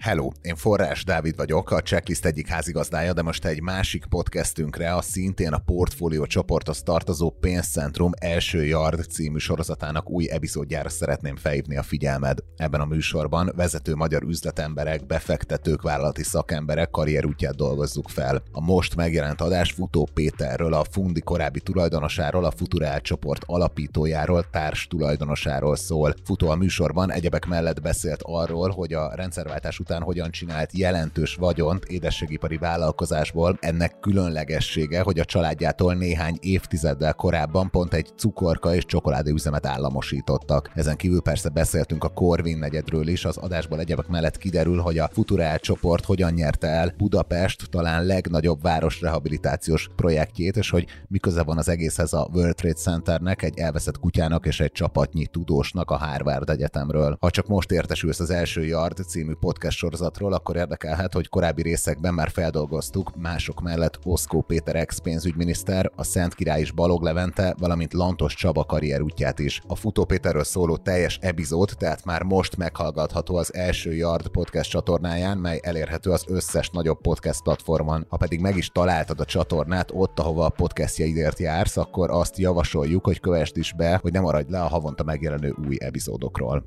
Hello, én Forrás Dávid vagyok, a Checklist egyik házigazdája, de most egy másik podcastünkre, a szintén a Portfolio csoporthoz tartozó Pénzcentrum Első Yard című sorozatának új epizódjára szeretném felhívni a figyelmed. Ebben a műsorban vezető magyar üzletemberek, befektetők, vállalati szakemberek karrierútját dolgozzuk fel. A most megjelent adás Futó Péterről, a Fundi korábbi tulajdonosáról, a Futurál csoport alapítójáról, társ tulajdonosáról szól. Futó a műsorban egyebek mellett beszélt arról, hogy a rendszerváltás után hogyan csinált jelentős vagyont édességipari vállalkozásból. Ennek különlegessége, hogy a családjától néhány évtizeddel korábban pont egy cukorka és csokoládéüzemet államosítottak. Ezen kívül persze beszéltünk a Corvin negyedről is, az adásból egyebek mellett kiderül, hogy a Futurál csoport hogyan nyerte el Budapest talán legnagyobb városrehabilitációs projektjét, és hogy miköze van az egészhez a World Trade Centernek, egy elveszett kutyának és egy csapatnyi tudósnak a Harvard Egyetemről. Ha csak most értesülsz az Első Yard című podcast sorozatról, akkor érdekelhet, hogy korábbi részekben már feldolgoztuk mások mellett Oszkó Péter ex-pénzügyminiszter, a Szentkirály és Balog Levente, valamint Lantos Csaba karrierútját is. A Futó Péterről szóló teljes epizód tehát már most meghallgatható az Első Yard podcast csatornáján, mely elérhető az összes nagyobb podcast platformon. Ha pedig meg is találtad a csatornát ott, ahova a podcastjaidért jársz, akkor azt javasoljuk, hogy kövesd is be, hogy ne maradj le a havonta megjelenő új epizódokról.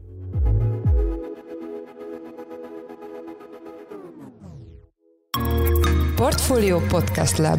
Portfolio Podcast Lab.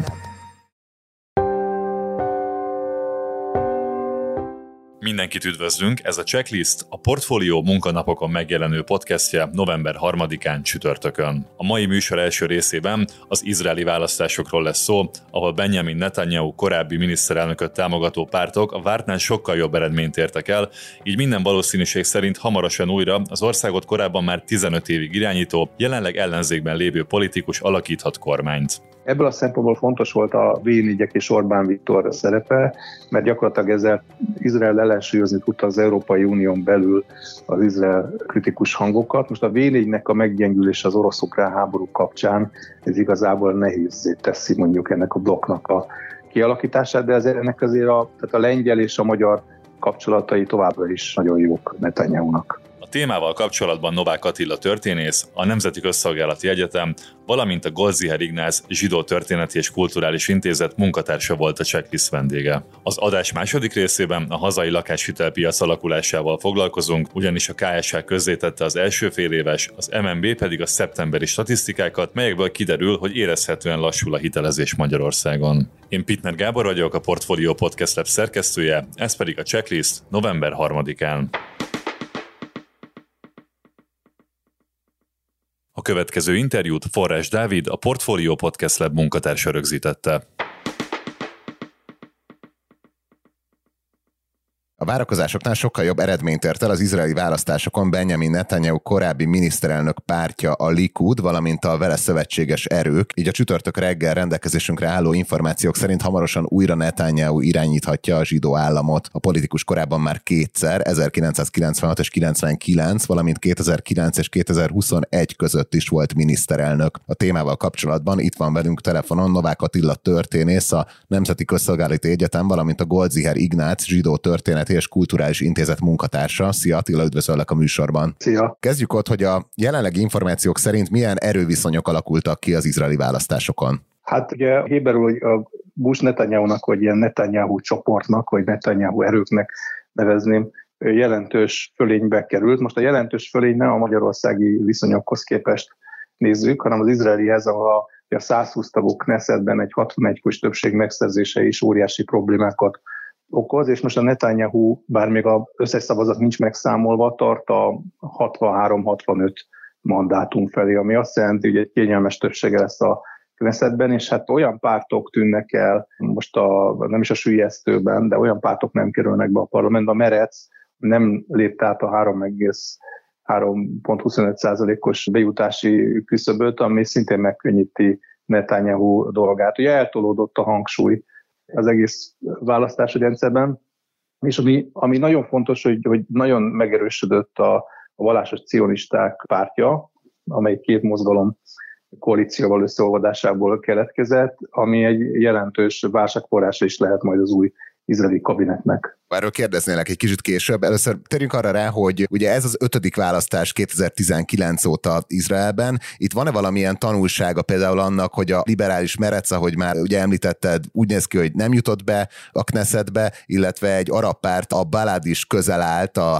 Mindenkit üdvözlünk, ez a Checklist, a Portfolio munkanapokon megjelenő podcastja november 3-án csütörtökön. A mai műsor első részében az izraeli választásokról lesz szó, ahol Benjamin Netanyahu korábbi miniszterelnököt támogató pártok a vártnál sokkal jobb eredményt értek el, így minden valószínűség szerint hamarosan újra az országot korábban már 15 évig irányító, jelenleg ellenzékben lévő politikus alakíthat kormányt. Ebből a szempontból fontos volt a V4-ek és Orbán Viktor szerepe, mert gyakorlatilag ezzel Izrael ellensúlyozni tudta az Európai Unión belül az izrael kritikus hangokat. Most a V4-nek a meggyengülés az orosz-ukrán háború kapcsán, ez igazából nehézzé teszi mondjuk ennek a blokknak a kialakítását, de ennek azért tehát a lengyel és a magyar kapcsolatai továbbra is nagyon jók Netanyahunak. A témával kapcsolatban Novák Attila történész, a Nemzeti Közszolgálati Egyetem, valamint a Goldziher Ignác Zsidó Történeti és Kulturális Intézet munkatársa volt a Checklist vendége. Az adás második részében a hazai lakáshitelpiac alakulásával foglalkozunk, ugyanis a KSH közzétette az első féléves, az MNB pedig a szeptemberi statisztikákat, melyekből kiderül, hogy érezhetően lassul a hitelezés Magyarországon. Én Pittner Gábor vagyok, a Portfolio Podcast Lab szerkesztője, ez pedig a Checklist november 3-án. A következő interjút Forrás Dávid, a Portfolio Podcast Lab munkatársa rögzítette. A várakozásoknál sokkal jobb eredményt ért el az izraeli választásokon Benjamin Netanyahu korábbi miniszterelnök pártja, a Likud, valamint a vele szövetséges erők. Így a csütörtök reggel rendelkezésünkre álló információk szerint hamarosan újra Netanyahu irányíthatja a zsidó államot. A politikus korábban már kétszer, 1996 és 99, valamint 2009 és 2021 között is volt miniszterelnök. A témával kapcsolatban itt van velünk telefonon Novák Attila történész, a Nemzeti Közszolgálati Egyetem, valamint a Goldziher Ignác Zsidó Történeti és Kulturális Intézet munkatársa. Szia Attila, üdvözöllek a műsorban. Szia! Kezdjük ott, hogy a jelenlegi információk szerint milyen erőviszonyok alakultak ki az izraeli választásokon. Hát ugye héberül a Bush Netanyahunak, vagy ilyen Netanyahu csoportnak, vagy Netanyahu erőknek nevezném, jelentős fölénybe került. Most a jelentős fölény nem a magyarországi viszonyokhoz képest nézzük, hanem az izraelihez, ahol a 120 tagú Knessetben egy 61 fős többség megszerzése is óriási problémákat okoz, és most a Netanyahu, bár még az összes szavazat nincs megszámolva, tart a 63-65 mandátum felé, ami azt jelenti, hogy egy kényelmes többsége lesz a Knessetben, és hát olyan pártok tűnnek el, most nem is a süllyesztőben, de olyan pártok nem kerülnek be a parlamentbe. A Meretz nem lépte át a 3,25%-os bejutási küszöböt, ami szintén megkönnyíti Netanyahu dolgát. Ugye eltolódott a hangsúly az egész választási rendszerben, és ami nagyon fontos, hogy nagyon megerősödött a vallásos cionisták pártja, amely két mozgalom koalícióval összeolvadásából keletkezett, ami egy jelentős válságforrása is lehet majd az új izraeli kabinetnek. Erről kérdeznélek egy kicsit később. Először térjünk arra rá, hogy ugye ez az 5. választás 2019 óta Izraelben. Itt van-e valamilyen tanulsága például annak, hogy a liberális Meretz, ahogy már ugye említetted, úgy néz ki, hogy nem jutott be a Knessetbe, illetve egy arab párt, a Balad is közel állt a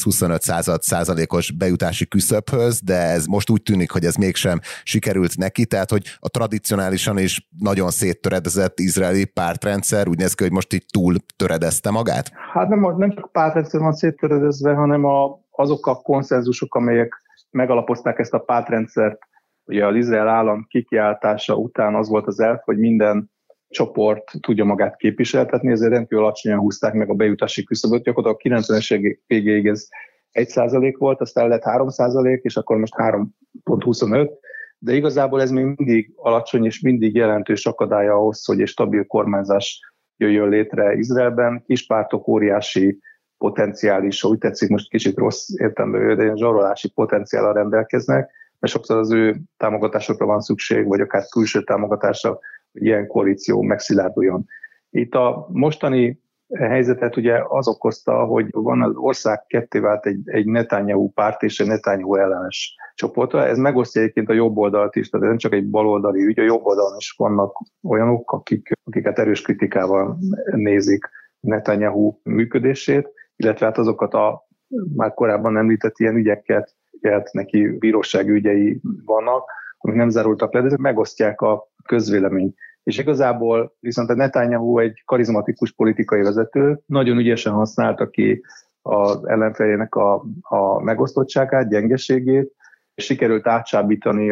3,25%-os bejutási küszöbhöz, de ez most úgy tűnik, hogy ez mégsem sikerült neki, tehát hogy a tradicionálisan is nagyon széttöredezett izraeli pártrendszer úgy néz ki, hogy most így túl töredezte magát? Hát nem csak a pártrendszer van széttöredezve, hanem azok a konszenzusok, amelyek megalapozták ezt a pártrendszert. Ugye az Izrael állam kikiáltása után az volt az elv, hogy minden csoport tudja magát képviseltetni, ezért rendkívül alacsonyan húzták meg a bejutási küszöböt. Gyakorlatilag a 90-es végéig ez 1% volt, aztán lett 3%, és akkor most 3,25%, de igazából ez még mindig alacsony, és mindig jelentős akadálya ahhoz, hogy egy stabil kormányzás jöjjön létre Izraelben. Kispártok óriási potenciális, úgy tetszik, most kicsit rossz értelemben, de ilyen zsarolási potenciállal rendelkeznek, mert sokszor az ő támogatásokra van szükség, vagy akár külső támogatásra, hogy ilyen koalíció megszilárduljon. Itt a mostani helyzetet ugye az okozta, hogy van az ország ketté vált egy Netanyahu párt és egy Netanyahu ellenes csoportra. Ez megosztja egyébként a jobb oldalt is, tehát nem csak egy baloldali ügy, a jobb oldalon is vannak olyanok, akiket erős kritikával nézik Netanyahu működését, illetve hát azokat a már korábban említett ilyen ügyeket, neki bírósági ügyei vannak, amik nem zárultak le, de ezek megosztják a közvéleményt. És igazából viszont a Netanyahu egy karizmatikus politikai vezető, nagyon ügyesen használta ki az ellenfelének a megosztottságát, gyengeségét, és sikerült átsábítani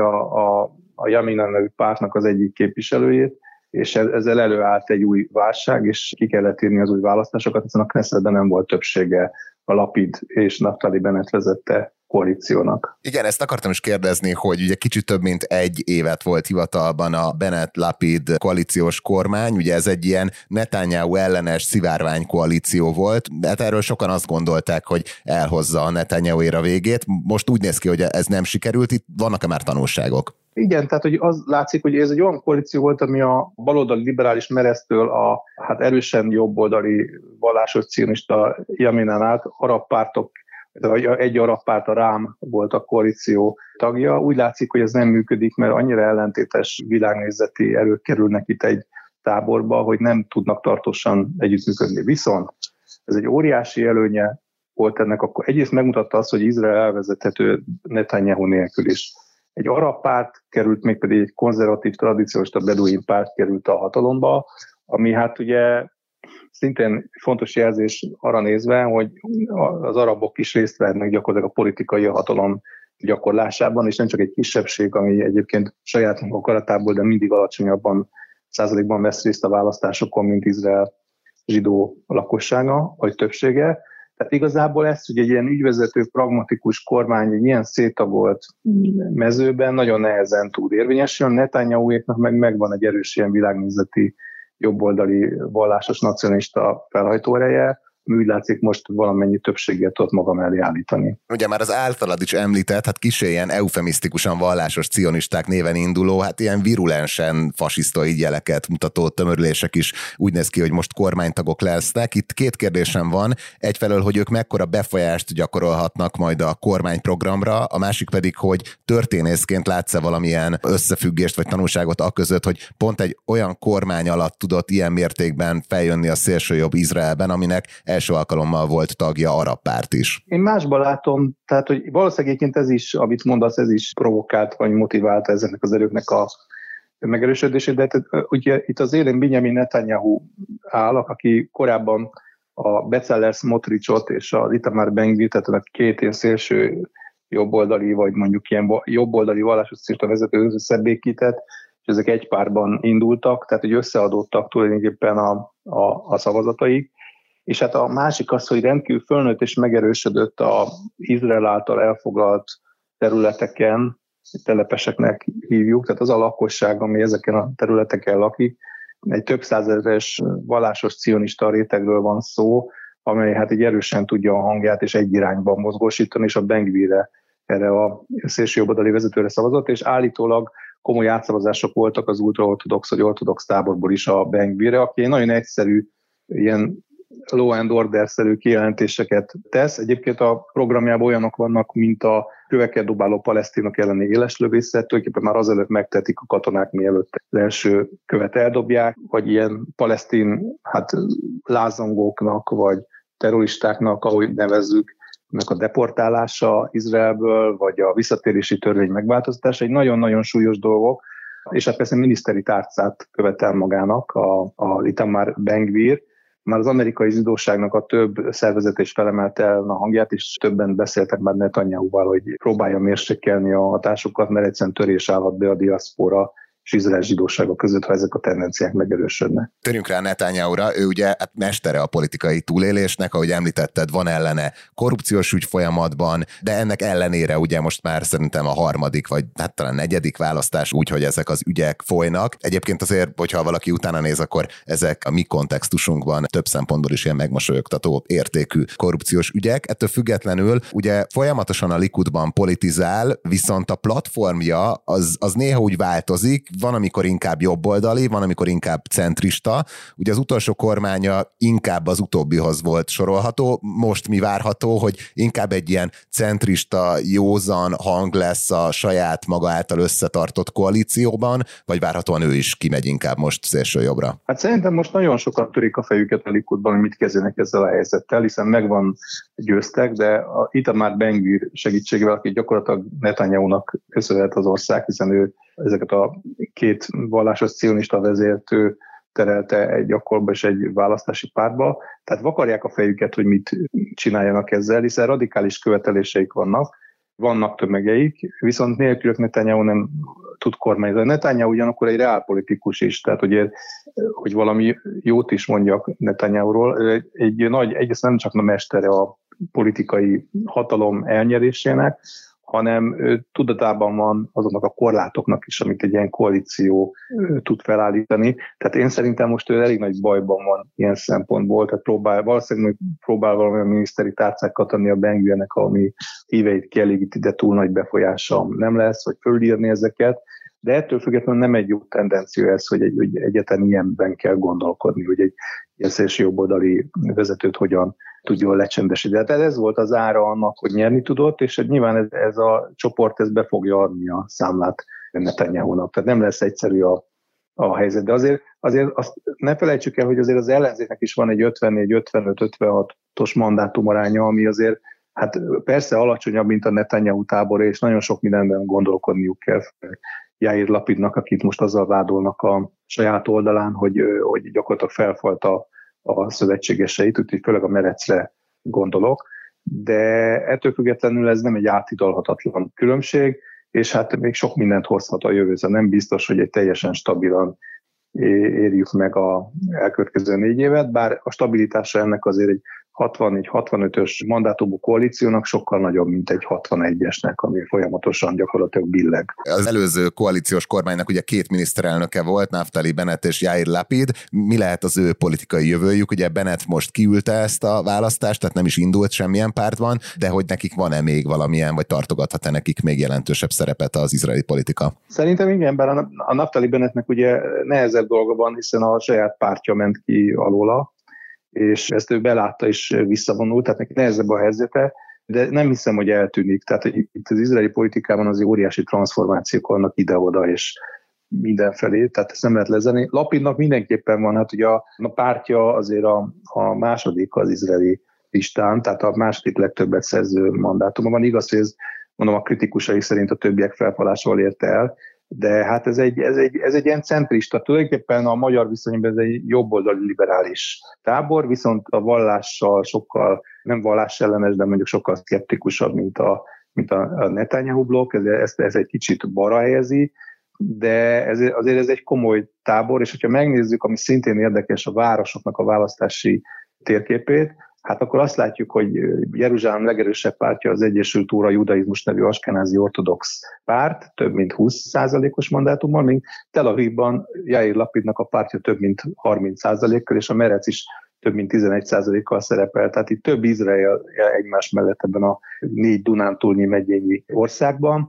a Yamina nevű pártnak az egyik képviselőjét, és ezzel előállt egy új válság, és ki kellett írni az új választásokat, hiszen a Knessetben nem volt többsége a Lapid és Naftali Bennett vezette koalíciónak. Igen, ezt akartam is kérdezni, hogy ugye kicsit több mint egy évet volt hivatalban a Bennett-Lapid koalíciós kormány, ugye ez egy ilyen Netanyahu ellenes szivárvány koalíció volt, de hát erről sokan azt gondolták, hogy elhozza a Netanyahu-éra végét. Most úgy néz ki, hogy ez nem sikerült, itt vannak-e már tanulságok? Igen, tehát hogy az látszik, hogy ez egy olyan koalíció volt, ami a baloldali liberális Mereztől a erősen jobboldali vallásos cionista Yaminán át arab pártok, egy arab párt, a Rám volt a koalíció tagja. Úgy látszik, hogy ez nem működik, mert annyira ellentétes világnézeti erők kerülnek itt egy táborba, hogy nem tudnak tartósan együttműködni. Viszont ez egy óriási előnye volt ennek, akkor egyrészt megmutatta azt, hogy Izrael elvezethető Netanyahu nélkül is. Egy arab párt került, mégpedig egy konzervatív, tradicionalista beduin párt került a hatalomba, ami hát ugye szintén fontos jelzés arra nézve, hogy az arabok is részt vehetnek gyakorlatilag a politikai hatalom gyakorlásában, és nem csak egy kisebbség, ami egyébként saját akaratából, de mindig alacsonyabban százalékban vesz részt a választásokon, mint Izrael zsidó lakossága, vagy többsége. Tehát igazából ez, hogy egy ilyen ügyvezető, pragmatikus kormány egy ilyen széttagolt mezőben nagyon nehezen tud érvényesülni. Netanyahuéknak meg megvan egy erős ilyen világnézeti jobboldali vallásos nacionalista felhajtóereje, ami úgy látszik most valamennyi többséggel tudott maga mellé állítani. Ugye már az általad is említett, hát kicsi ilyen eufemisztikusan vallásos cionisták néven induló, hát ilyen virulensen fasisztai jeleket mutató tömörülések is úgy néz ki, hogy most kormánytagok lesznek. Itt két kérdésem van, egyfelől, hogy ők mekkora befolyást gyakorolhatnak majd a kormányprogramra, a másik pedig, hogy történészként látsz-e valamilyen összefüggést vagy tanulságot aközött, hogy pont egy olyan kormány alatt tudott ilyen mértékben feljönni a szélsőjobb Izraelben, aminek első alkalommal volt tagja arab párt is. Én másban látom, tehát hogy valószínűleg ez is, amit mondasz, ez is provokált vagy motiválta ezeknek az erőknek a megerősödését, de ugye itt az élén Benjamin Netanyahu áll, aki korábban a Bezalel Smotrichot és a Itamar Ben-Gvir, tehát a két ilyen szélső jobboldali, vagy mondjuk ilyen jobboldali vallásos szírta vezető összebékített, és ezek egy párban indultak, tehát hogy összeadódtak tulajdonképpen a szavazataik. És hát a másik az, hogy rendkívül fölnőtt és megerősödött az Izrael által elfoglalt területeken, telepeseknek hívjuk, tehát az a lakosság, ami ezeken a területeken lakik, egy több százezeres vallásos cionista rétegről van szó, amely hát egy erősen tudja a hangját és egy irányban mozgósítani, és a Ben-Gvirre, erre a szélsőjobboldali vezetőre szavazott, és állítólag komoly átszavazások voltak az ultraortodox vagy ortodox táborból is a Ben-Gvirre, aki egy nagyon egyszerű, ilyen law and order-szerű kijelentéseket tesz. Egyébként a programjában olyanok vannak, mint a köveket dobáló palesztinok elleni éleslövészet, tulajdonképpen már azelőtt megtetik a katonák, mielőtt az első követ eldobják, vagy ilyen palesztin lázangóknak, vagy terroristáknak, ahogy nevezzük, a deportálása Izraelből, vagy a visszatérési törvény megváltoztatása, egy nagyon-nagyon súlyos dolgok, és hát persze miniszteri tárcát követel magának a Itamar Ben-Gvir. Már az amerikai zsidóságnak a több szervezet is felemelte el a hangját, és többen beszéltek már Netanyahuval, hogy próbálja mérsékelni a hatásokat, mert egyszerűen törés állhat be a diaszpora és Izrael zsidósága között, ha ezek a tendenciák megerősödnek. Törjünk rá Netanyahura, ő ugye mestere a politikai túlélésnek, ahogy említetted, van ellene korrupciós ügy folyamatban, de ennek ellenére ugye most már szerintem a harmadik, vagy hát talán negyedik választás úgy, hogy ezek az ügyek folynak. Egyébként azért, hogyha valaki utána néz, akkor ezek a mi kontextusunkban több szempontból is ilyen megmosolyogtató értékű korrupciós ügyek. Ettől függetlenül ugye folyamatosan a Likudban politizál, viszont a platformja az néha úgy változik, van, amikor inkább jobboldali, van, amikor inkább centrista. Ugye az utolsó kormánya inkább az utóbbihoz volt sorolható. Most mi várható, hogy inkább egy ilyen centrista, józan hang lesz a saját maga által összetartott koalícióban, vagy várhatóan ő is kimegy inkább most szélső jobbra? Hát szerintem most nagyon sokan törik a fejüket a Likudban, hogy mit kezdenek ezzel a helyzettel, hiszen megvan győztek, de itt már Ben-Gvir segítségével, aki gyakorlatilag Netanyahunak köszönhet az ország, hiszen ő ezeket a két vallásos cionista vezért ő terelte egy gyakorba és egy választási pártba. Tehát vakarják a fejüket, hogy mit csináljanak ezzel, hiszen radikális követeléseik vannak tömegeik, viszont nélkülük Netanyahu nem tud kormányozni. Netanyahu ugyanakkor egy reálpolitikus is, tehát hogy valami jót is mondjak Netanyahuról, egyrészt nem csak a mestere a politikai hatalom elnyerésének, hanem tudatában van azoknak a korlátoknak is, amit egy ilyen koalíció tud felállítani. Tehát én szerintem most ő elég nagy bajban van ilyen szempontból, tehát valószínűleg próbál valamilyen miniszteri tárcákat adni a Ben-Gvirnek, ami híveit kielégíti, de túl nagy befolyása nem lesz, vagy fölírni ezeket. De ettől függetlenül nem egy jó tendencia ez, hogy egyáltalán ilyenben kell gondolkodni, hogy egy ilyen szélső jobboldali vezetőt hogyan tudjon lecsendesíteni. Tehát ez volt az ára annak, hogy nyerni tudott, és nyilván ez a csoport be fogja adni a számlát Netanyahunak. Tehát nem lesz egyszerű a helyzet. De azért azt ne felejtsük el, hogy azért az ellenzéknek is van egy 54-55-56-os mandátumaránya, ami azért hát persze alacsonyabb, mint a Netanyahu tábor, és nagyon sok mindenben gondolkodniuk kell. Yair Lapidnak, akit most azzal vádolnak a saját oldalán, hogy gyakorlatilag felfalt a szövetségeseit, úgyhogy főleg a Merecre gondolok, de ettől függetlenül ez nem egy áthidalhatatlan különbség, és hát még sok mindent hozhat a jövő, szóval nem biztos, hogy egy teljesen stabilan érjük meg a elkövetkező 4 évet, bár a stabilitása ennek azért egy 64-65-ös mandátumú koalíciónak sokkal nagyobb, mint egy 61-esnek, ami folyamatosan gyakorlatilag billeg. Az előző koalíciós kormánynak ugye 2 miniszterelnöke volt, Naftali Bennett és Yair Lapid. Mi lehet az ő politikai jövőjük? Ugye Bennett most kiülte ezt a választást, tehát nem is indult semmilyen pártban, de hogy nekik van-e még valamilyen, vagy tartogathat-e nekik még jelentősebb szerepet az izraeli politika? Szerintem igen, bár a Naftali Bennettnek ugye nehezebb dolga van, hiszen a saját pártja ment ki alóla, és ezt ő belátta és visszavonult, tehát neki nehezebb a helyzete, de nem hiszem, hogy eltűnik. Tehát itt az izraeli politikában azért óriási transformációk vannak ide-oda, és mindenfelé, tehát ezt nem lehet lezárni. Lapidnak mindenképpen van, hát ugye a pártja azért a második az izraeli listán, tehát a második legtöbbet szerző mandátuma van. Igaz, hogy ez, mondom, a kritikusai szerint a többiek felfalásával érte el, de hát ez egy ilyen centrista, tulajdonképpen a magyar viszonyban ez egy jobboldali liberális tábor, viszont a vallással sokkal, nem vallásellenes, de mondjuk sokkal szkeptikusabb, mint a Netanyahu blokk, ez egy kicsit balra helyezi, de azért ez egy komoly tábor, és hogyha megnézzük, ami szintén érdekes, a városoknak a választási térképét, hát akkor azt látjuk, hogy Jeruzsálem legerősebb pártja az Egyesült Tóra Judaizmus nevű askenázi ortodox párt, több mint 20%-os mandátummal, míg Tel Avivban Yair Lapidnak a pártja több mint 30%-kal, és a Merec is több mint 11%-kal szerepel. Tehát itt több Izrael egymás mellett ebben a 4 Dunántúlnyi megyényi országban,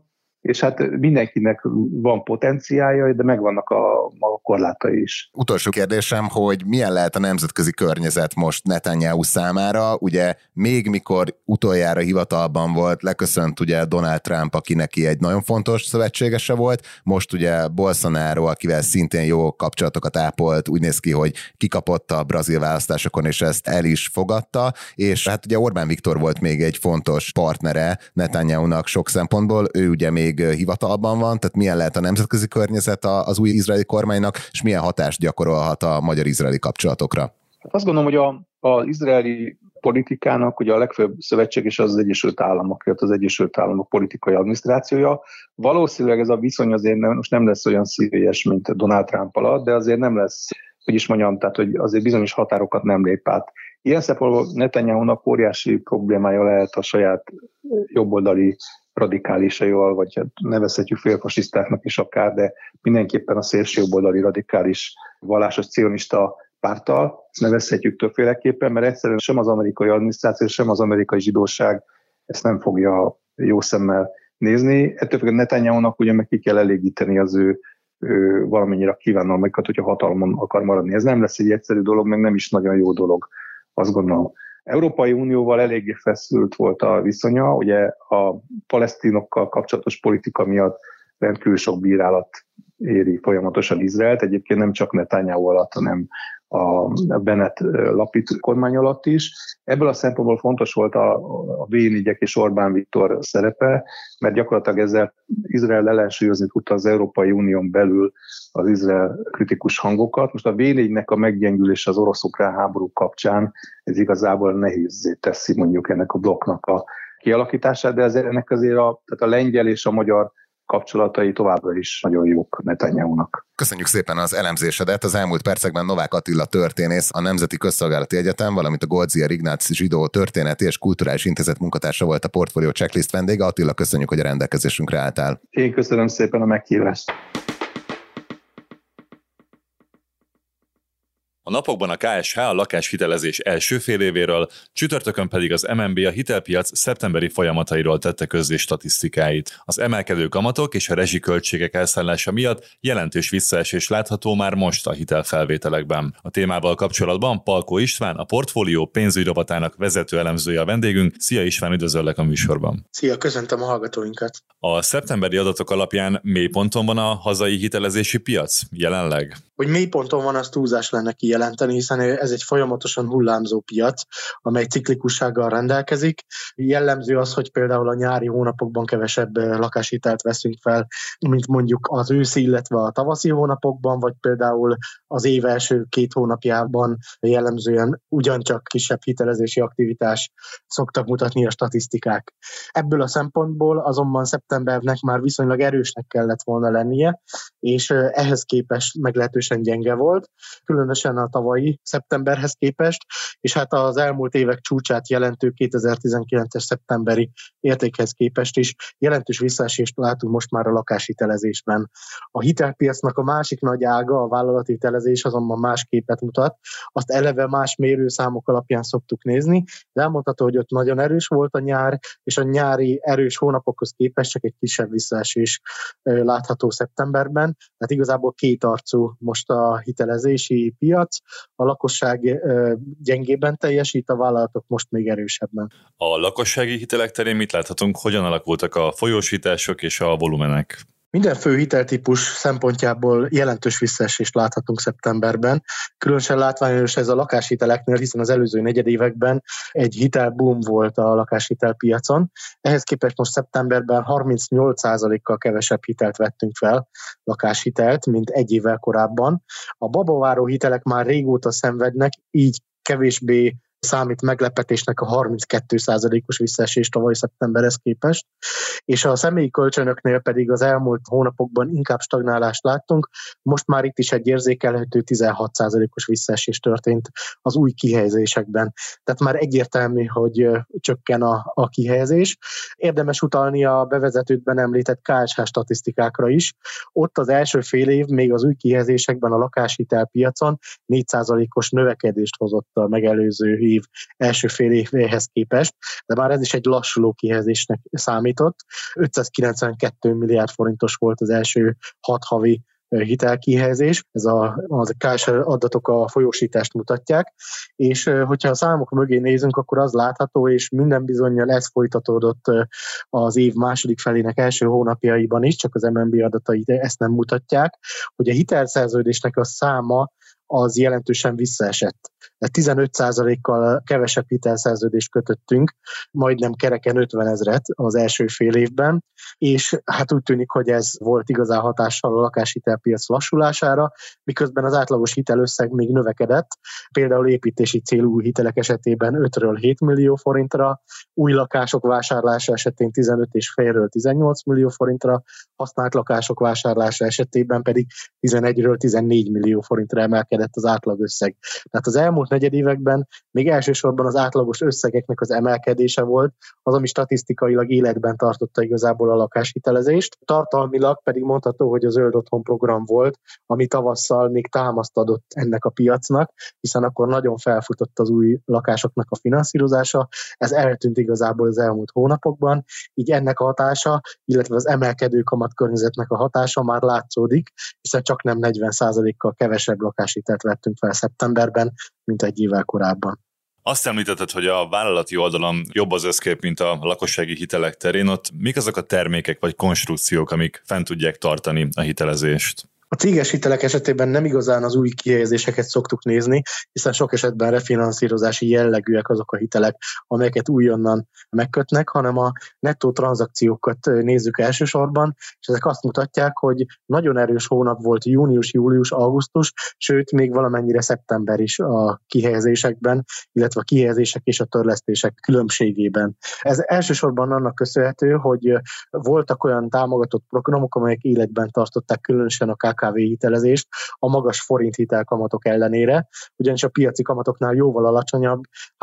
és hát mindenkinek van potenciálja, de megvannak a korlátai is. Utolsó kérdésem, hogy milyen lehet a nemzetközi környezet most Netanyahu számára? Ugye még mikor utoljára hivatalban volt, leköszönt ugye Donald Trump, aki neki egy nagyon fontos szövetségese volt, most ugye Bolsonaro, akivel szintén jó kapcsolatokat ápolt, úgy néz ki, hogy kikapott a brazil választásokon, és ezt el is fogadta, és hát ugye Orbán Viktor volt még egy fontos partnere Netanyahunak sok szempontból, ő ugye még hivatalban van, tehát milyen lehet a nemzetközi környezet az új izraeli kormánynak, és milyen hatást gyakorolhat a magyar-izraeli kapcsolatokra? Azt gondolom, hogy az izraeli politikának ugye a legfőbb szövetséges az Egyesült Államok, az Egyesült Államok politikai adminisztrációja. Valószínűleg ez a viszony azért most nem lesz olyan szívélyes, mint Donald Trump alatt, de azért nem lesz, hogy is mondjam, tehát hogy azért bizonyos határokat nem lép át. Ilyen szempontból Netanyahunak óriási problémája lehet a saját jobboldali radikálisaival, vagy hát nevezhetjük félfasisztáknak is akár, de mindenképpen a szélső jobboldali radikális vallásos cionista párttal, ezt nevezhetjük többféleképpen, mert egyszerűen sem az amerikai adminisztráció, sem az amerikai zsidóság ezt nem fogja jó szemmel nézni. Ettől függően Netanyahunak ugye meg ki kell elégíteni az ő valamennyire kívánalmaikat, hogyha hatalmon akar maradni. Ez nem lesz egy egyszerű dolog, meg nem is nagyon jó dolog, azt gondolom. Európai Unióval eléggé feszült volt a viszonya, ugye a palesztinokkal kapcsolatos politika miatt rendkívül sok bírálat éri folyamatosan Izraelt, egyébként nem csak Netanyahu alatt, hanem a Bennett-Lapid kormány alatt is. Ebből a szempontból fontos volt a V4-ek és Orbán Viktor szerepe, mert gyakorlatilag ezzel Izrael ellensúlyozni tudta az Európai Unión belül az Izrael kritikus hangokat. Most a V4-nek a meggyengülése az orosz-ukrán háború kapcsán, ez igazából nehézzé teszi mondjuk ennek a blokknak a kialakítását, de ennek azért tehát a lengyel és a magyar kapcsolatai továbbra is nagyon jók Netanyahunak. Köszönjük szépen az elemzésedet. Az elmúlt percekben Novák Attila történész, a Nemzeti Közszolgálati Egyetem, valamint a Goldziher Ignác Zsidó Történeti és Kulturális Intézet munkatársa volt a Portfolio Checklist vendége. Attila, köszönjük, hogy a rendelkezésünkre álltál. Én köszönöm szépen a meghívást. A napokban a KSH a lakáshitelezés első fél évéről, csütörtökön pedig az MNB a hitelpiac szeptemberi folyamatairól tette közzé statisztikáit. Az emelkedő kamatok és a rezsiköltségek elszállása miatt jelentős visszaesés látható már most a hitelfelvételekben. A témával kapcsolatban Palkó István, a Portfólió pénzügyrovatának vezető elemzője a vendégünk. Szia István, üdvözöllek a műsorban. Szia, köszöntöm a hallgatóinkat. A szeptemberi adatok alapján mélyponton van a hazai hitelezési piac jelenleg? Hogy mélyponton van, az túlzás lenne kijelenteni, hiszen ez egy folyamatosan hullámzó piac, amely ciklikussággal rendelkezik. Jellemző az, hogy például a nyári hónapokban kevesebb lakáshitelt veszünk fel, mint mondjuk az őszi, illetve a tavaszi hónapokban, vagy például az év első 2 hónapjában jellemzően ugyancsak kisebb hitelezési aktivitás szoktak mutatni a statisztikák. Ebből a szempontból azonban szeptembernek már viszonylag erősnek kellett volna lennie, és ehhez képest meglehetősen gyenge volt, különösen a tavalyi szeptemberhez képest, és hát az elmúlt évek csúcsát jelentő 2019-es szeptemberi értékhez képest is jelentős visszaesést látunk most már a lakáshitelezésben. A hitelpiacnak a másik nagy ága, a vállalati hitelezés azonban más képet mutat, azt eleve más mérőszámok alapján szoktuk nézni, de elmondható, hogy ott nagyon erős volt a nyár, és a nyári erős hónapokhoz képest csak egy kisebb visszaesés látható szeptemberben, tehát igazából kétarcú most a hitelezési piac, a lakosság gyengében teljesít, a vállalatok most még erősebben. A lakossági hitelek terén mit láthatunk, hogyan alakultak a folyósítások és a volumenek? Minden fő hiteltípus szempontjából jelentős visszaesést láthatunk szeptemberben. Különösen látványos ez a lakáshiteleknél, hiszen az előző negyedévekben egy hitelboom volt a lakáshitelpiacon. Ehhez képest most szeptemberben 38%-kal kevesebb hitelt vettünk fel, lakáshitelt, mint egy évvel korábban. A babaváró hitelek már régóta szenvednek, így kevésbé számít meglepetésnek a 32%-os visszaesés tavaly szeptemberhez képest, és a személyi kölcsönöknél pedig az elmúlt hónapokban inkább stagnálást láttunk, most már itt is egy érzékelhető 16%-os visszaesés történt az új kihelyezésekben. Tehát már egyértelmű, hogy csökken a kihelyezés. Érdemes utalni a bevezetőtben említett KSH statisztikákra is. Ott az első fél év még az új kihelyezésekben a lakáshitelpiacon 4%-os növekedést hozott a megelőző év első fél évéhez képest, de már ez is egy lassuló kihelyezésnek számított. 592 milliárd forintos volt az első 6 havi hitelkihelyezés, az KSH adatok a folyósítást mutatják, és hogyha a számok mögé nézünk, akkor az látható, és minden bizonnyal ez folytatódott az év második felének első hónapjaiban is, csak az MNB adatai ezt nem mutatják, hogy a hitelszerződésnek a száma az jelentősen visszaesett. 15%-kal kevesebb hitelszerződést kötöttünk, majdnem kereken 50 000 az első fél évben, és hát úgy tűnik, hogy ez volt igazán hatással a lakáshitelpiac lassulására, miközben az átlagos hitelösszeg még növekedett, például építési célú hitelek esetében 5-ről 7 millió forintra, új lakások vásárlása esetén 15,5-ről 18 millió forintra, használt lakások vásárlása esetében pedig 11-ről 14 millió forintra emelkedett az átlagösszeg. Tehát az elmúlt negyedévekben még elsősorban az átlagos összegeknek az emelkedése volt, az, ami statisztikailag életben tartotta igazából a lakáshitelezést. Tartalmilag pedig mondható, hogy a Zöld Otthon program volt, ami tavasszal még támaszt adott ennek a piacnak, hiszen akkor nagyon felfutott az új lakásoknak a finanszírozása. Ez eltűnt igazából az elmúlt hónapokban, így ennek a hatása, illetve az emelkedő kamatkörnyezetnek a hatása már látszódik, hiszen csak nem 40%-kal kevesebb lakáshitelt vettünk fel szeptemberben, mint egy évvel korábban. Azt említetted, hogy a vállalati oldalon jobb az összkép, mint a lakossági hitelek terén. Ott mik azok a termékek vagy konstrukciók, amik fent tudják tartani a hitelezést? A céges hitelek esetében nem igazán az új kihelyezéseket szoktuk nézni, hiszen sok esetben refinanszírozási jellegűek azok a hitelek, amelyeket újonnan megkötnek, hanem a nettó tranzakciókat nézzük elsősorban, és ezek azt mutatják, hogy nagyon erős hónap volt június, július, augusztus, sőt még valamennyire szeptember is a kihelyezésekben, illetve a kihelyezések és a törlesztések különbségében. Ez elsősorban annak köszönhető, hogy voltak olyan támogatott programok, amelyek életben tartották különösen a KKV hitelezést a magas forint hitelkamatok ellenére, ugyanis a piaci kamatoknál jóval alacsonyabb,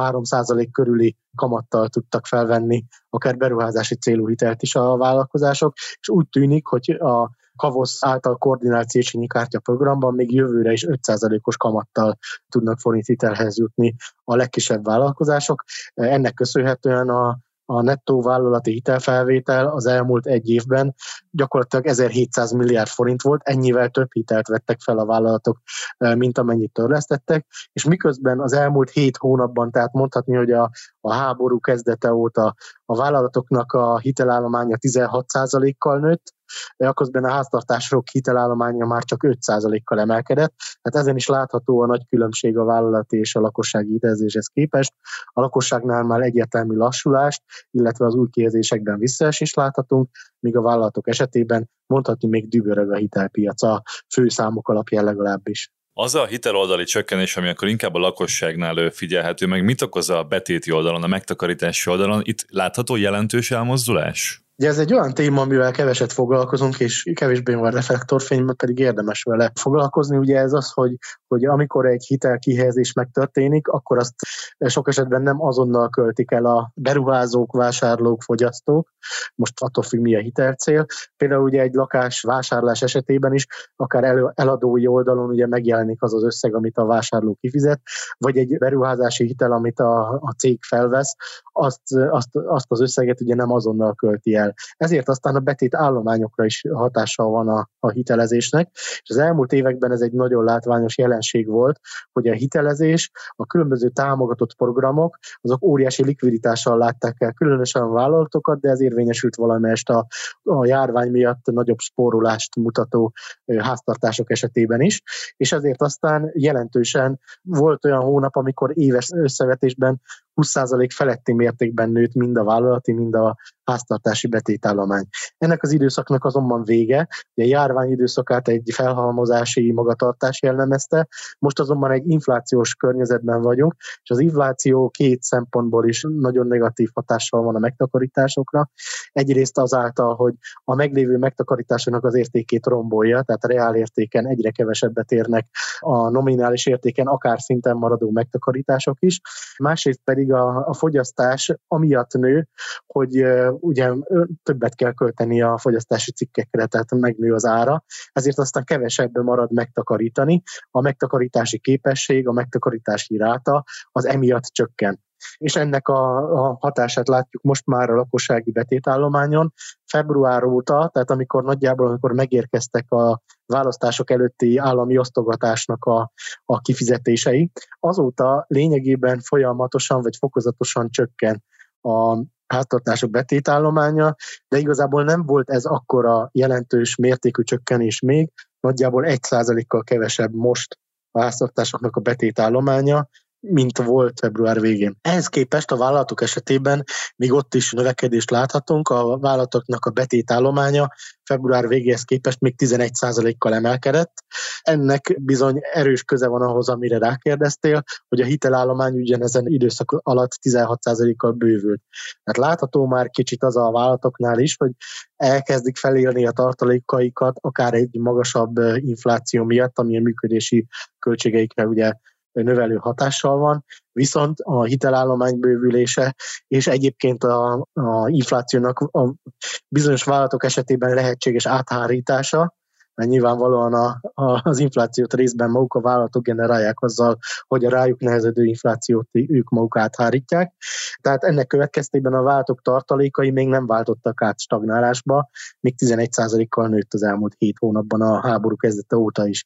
3% körüli kamattal tudtak felvenni akár beruházási célú hitelt is a vállalkozások, és úgy tűnik, hogy a KAVOSZ által koordinált Széchenyi kártya programban még jövőre is 5%-os kamattal tudnak forint hitelhez jutni a legkisebb vállalkozások. Ennek köszönhetően a nettó vállalati hitelfelvétel az elmúlt egy évben gyakorlatilag 1700 milliárd forint volt, ennyivel több hitelt vettek fel a vállalatok, mint amennyit törlesztettek, és miközben az elmúlt 7 hónapban, tehát mondhatni, hogy a háború kezdete óta a vállalatoknak a hitelállománya 16%-kal nőtt, akközben a háztartások hitelállománya már csak 5%-kal emelkedett, tehát ezen is látható a nagy különbség a vállalati és a lakossági hitelezéshez képest. A lakosságnál már egyértelmű lassulást, illetve az új kihelyezésekben visszaesést láthatunk, míg a vállalatok esetében mondhatni még dübörög a hitelpiac a főszámok alapján legalábbis. Az a hiteloldali csökkenés, ami akkor inkább a lakosságnál figyelhető, meg mit okoz a betéti oldalon, a megtakarítási oldalon, itt látható jelentős elmozdulás? Ugye ez egy olyan téma, amivel keveset foglalkozunk, és kevésbé van reflektorfényben, pedig érdemes vele foglalkozni. Ugye ez az, hogy amikor egy hitelkihelyezés megtörténik, akkor azt sok esetben nem azonnal költik el a beruházók, vásárlók, fogyasztók, most attól függ, mi a hitelcél. Például ugye egy lakás vásárlás esetében is, akár eladói oldalon ugye megjelenik az az összeg, amit a vásárló kifizet, vagy egy beruházási hitel, amit a cég felvesz, azt az összeget ugye nem azonnal költi el. Ezért aztán a betét állományokra is hatással van a hitelezésnek, és az elmúlt években ez egy nagyon látványos jelenség volt, hogy a hitelezés, a különböző támogatott programok, azok óriási likviditással látták el különösen a vállalatokat, de ez érvényesült valamelyest a járvány miatt nagyobb spórolást mutató háztartások esetében is, és ezért aztán jelentősen volt olyan hónap, amikor éves összevetésben 20% feletti mértékben nőtt mind a vállalati, mind a háztartási betétállomány. Ennek az időszaknak azonban vége, a járvány időszakát egy felhalmozási magatartás jellemezte, most azonban egy inflációs környezetben vagyunk, és az infláció két szempontból is nagyon negatív hatással van a megtakarításokra. Egyrészt azáltal, hogy a meglévő megtakarításoknak az értékét rombolja, tehát a reál értéken egyre kevesebbet érnek a nominális értéken, akár szinten maradó megtakarítások is. Másrészt pedig pedig a fogyasztás amiatt nő, hogy ugye többet kell költeni a fogyasztási cikkekre, tehát megnő az ára, ezért aztán kevesebben marad megtakarítani, a megtakarítási képesség, a megtakarítási ráta az emiatt csökken. És ennek a hatását látjuk most már a lakossági betétállományon. Február óta, tehát amikor megérkeztek a választások előtti állami osztogatásnak a kifizetései, azóta lényegében folyamatosan vagy fokozatosan csökken a háztartások betétállománya, de igazából nem volt ez akkora jelentős mértékű csökkenés még, nagyjából 1%-kal kevesebb most a háztartásoknak a betétállománya, mint volt február végén. Ehhez képest a vállalatok esetében még ott is növekedést láthatunk, a vállalatoknak a betétállománya február végéhez képest még 11%-kal emelkedett. Ennek bizony erős köze van ahhoz, amire rákérdeztél, hogy a hitelállomány ugyanezen időszak alatt 16%-kal bővült. Tehát látható már kicsit az a vállalatoknál is, hogy elkezdik felélni a tartalékaikat, akár egy magasabb infláció miatt, ami a működési költségeikre ugye növelő hatással van, viszont a hitelállomány bővülése és egyébként a inflációnak a bizonyos vállalatok esetében lehetséges áthárítása, mert nyilvánvalóan az inflációt részben maguk a vállalatok generálják azzal, hogy a rájuk nehezedő inflációt ők maguk áthárítják. Tehát ennek következtében a vállalatok tartalékai még nem váltottak át stagnálásba, még 11%-kal nőtt az elmúlt 7 hónapban a háború kezdete óta is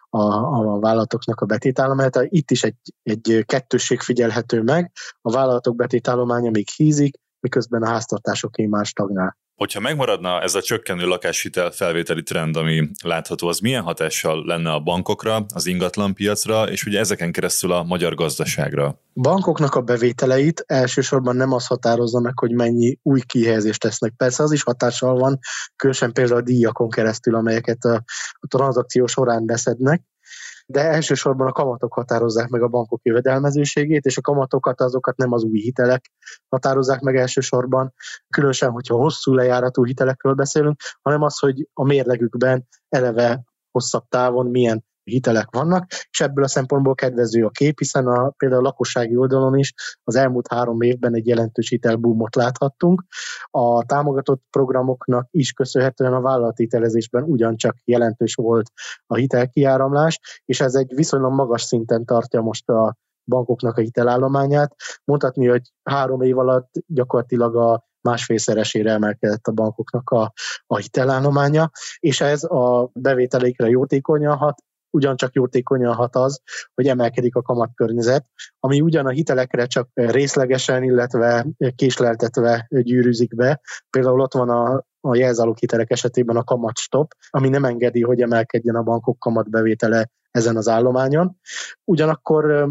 a vállalatoknak a betétállománya. Tehát itt is egy kettősség figyelhető meg, a vállalatok betétállománya még hízik, miközben a háztartásoké már stagnál. Hogyha megmaradna ez a csökkenő lakáshitel felvételi trend, ami látható, az milyen hatással lenne a bankokra, az ingatlanpiacra, és ugye ezeken keresztül a magyar gazdaságra? Bankoknak a bevételeit elsősorban nem az határozza meg, hogy mennyi új kihelyezést tesznek. Persze az is hatással van, különösen például a díjakon keresztül, amelyeket a tranzakció során beszednek, de elsősorban a kamatok határozzák meg a bankok jövedelmezőségét, és a kamatokat azokat nem az új hitelek határozzák meg elsősorban, különösen, hogyha hosszú lejáratú hitelekről beszélünk, hanem az, hogy a mérlegükben eleve hosszabb távon milyen hitelek vannak, és ebből a szempontból kedvező a kép, hiszen például a lakossági oldalon is az elmúlt 3 évben egy jelentős hitelboomot láthattunk. A támogatott programoknak is köszönhetően a vállalati hitelezésben ugyancsak jelentős volt a hitelkiáramlás, és ez egy viszonylag magas szinten tartja most a bankoknak a hitelállományát. Mondhatni, hogy 3 év alatt gyakorlatilag a 1,5-szeresére emelkedett a bankoknak a hitelállománya, és ez a bevételeikre jótékonyan hat, ugyancsak jótékonyan hat az, hogy emelkedik a kamatkörnyezet, ami ugyan a hitelekre csak részlegesen, illetve késleltetve gyűrűzik be. Például ott van a jelzálók hitelek esetében a kamatstop, ami nem engedi, hogy emelkedjen a bankok kamatbevétele ezen az állományon. Ugyanakkor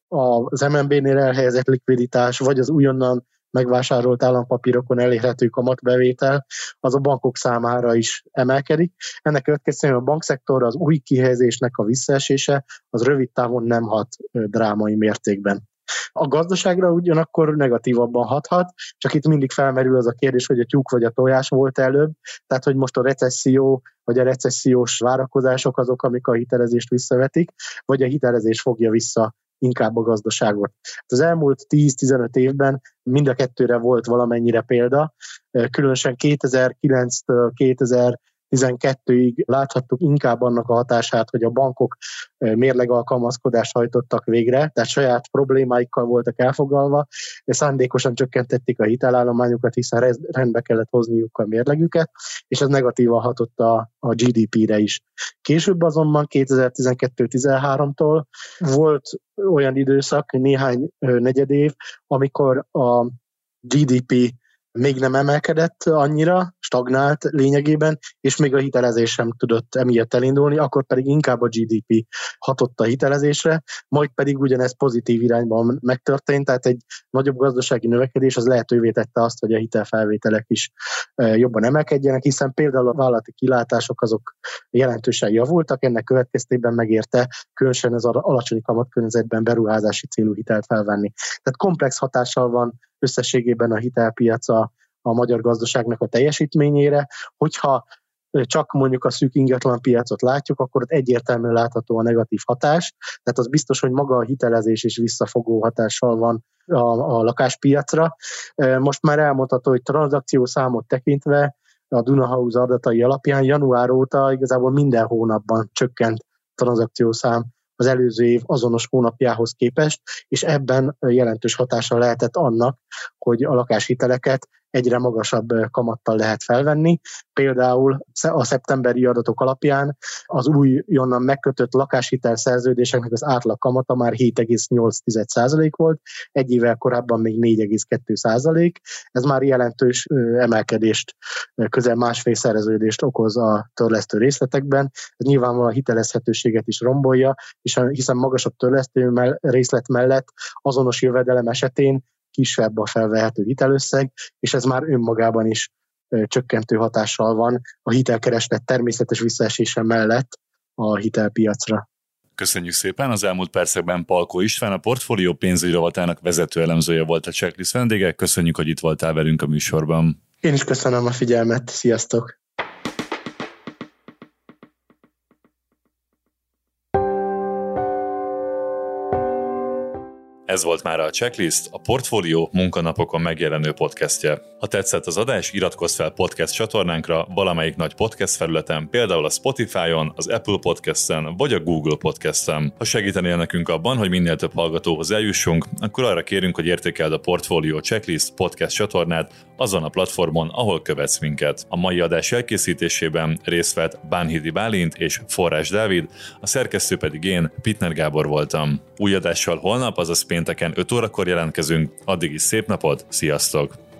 az MNB-nél elhelyezett likviditás, vagy az újonnan megvásárolt állampapírokon elérhető kamatbevétel, az a bankok számára is emelkedik. Ennek következtében a bankszektorra az új kihelyezésnek a visszaesése az rövid távon nem hat drámai mértékben. A gazdaságra ugyanakkor negatívabban hathat, csak itt mindig felmerül az a kérdés, hogy a tyúk vagy a tojás volt előbb, tehát hogy most a recesszió vagy a recessziós várakozások azok, amik a hitelezést visszavetik, vagy a hitelezés fogja vissza inkább a gazdaságot. Az elmúlt 10-15 évben mind a kettőre volt valamennyire példa, különösen 2009-től 2012-ig láthattuk inkább annak a hatását, hogy a bankok mérlegalkalmazkodást hajtottak végre, tehát saját problémáikkal voltak elfoglalva, és szándékosan csökkentették a hitelállományukat, hiszen rendbe kellett hozniuk a mérlegüket, és ez negatívan hatott a GDP-re is. Később azonban 2012-13-tól volt olyan időszak, néhány negyedév, amikor a GDP még nem emelkedett annyira, stagnált lényegében, és még a hitelezés sem tudott emiatt elindulni, akkor pedig inkább a GDP hatott a hitelezésre, majd pedig ugyanez pozitív irányban megtörtént, tehát egy nagyobb gazdasági növekedés az lehetővé tette azt, hogy a hitelfelvételek is jobban emelkedjenek, hiszen például a vállalati kilátások azok jelentősen javultak, ennek következtében megérte különösen az alacsony kamatkörnyezetben beruházási célú hitelt felvenni. Tehát komplex hatással van összességében a hitelpiac a magyar gazdaságnak a teljesítményére, hogyha csak mondjuk a szűk ingatlan piacot látjuk, akkor ott egyértelműen látható a negatív hatás. Tehát az biztos, hogy maga a hitelezés is visszafogó hatással van a lakáspiacra. Most már elmondható, hogy tranzakciószámot tekintve a Dunahouse adatai alapján január óta igazából minden hónapban csökkent tranzakciószám az előző év azonos hónapjához képest, és ebben jelentős hatása lehetett annak, hogy a lakáshiteleket egyre magasabb kamattal lehet felvenni. Például a szeptemberi adatok alapján az újonnan megkötött lakáshitel szerződéseknek az átlag kamata már 7,8% volt, egy évvel korábban még 4,2%. Ez már jelentős emelkedést, közel másfél szerződést okoz a törlesztő részletekben. Ez nyilvánvalóan a hitelezhetőséget is rombolja, hiszen magasabb törlesztő részlet mellett azonos jövedelem esetén kisebb a felvehető hitelösszeg, és ez már önmagában is csökkentő hatással van a hitelkereslet természetes visszaesése mellett a hitelpiacra. Köszönjük szépen! Az elmúlt percekben Palkó István, a Portfólió pénzügyi rovatának vezető elemzője volt a Checklist vendége. Köszönjük, hogy itt voltál velünk a műsorban. Én is köszönöm a figyelmet, sziasztok! Ez volt már a Checklist, a Portfólió munkanapokon megjelenő podcastje. Ha tetszett az adás, iratkozz fel podcast csatornánkra valamelyik nagy podcast felületen, például a Spotify-on, az Apple Podcast-en vagy a Google Podcast-en. Ha segítenél nekünk abban, hogy minél több hallgatóhoz eljussunk, akkor arra kérünk, hogy értékeld a Portfólió Checklist podcast csatornát azon a platformon, ahol követsz minket. A mai adás elkészítésében részt vett Bánhidi Bálint és Forrás Dávid, a szerkesztő pedig én, Pittner Gábor voltam. Új adással holnap, azaz pénteken 5 órakor jelentkezünk, addig is szép napot, sziasztok!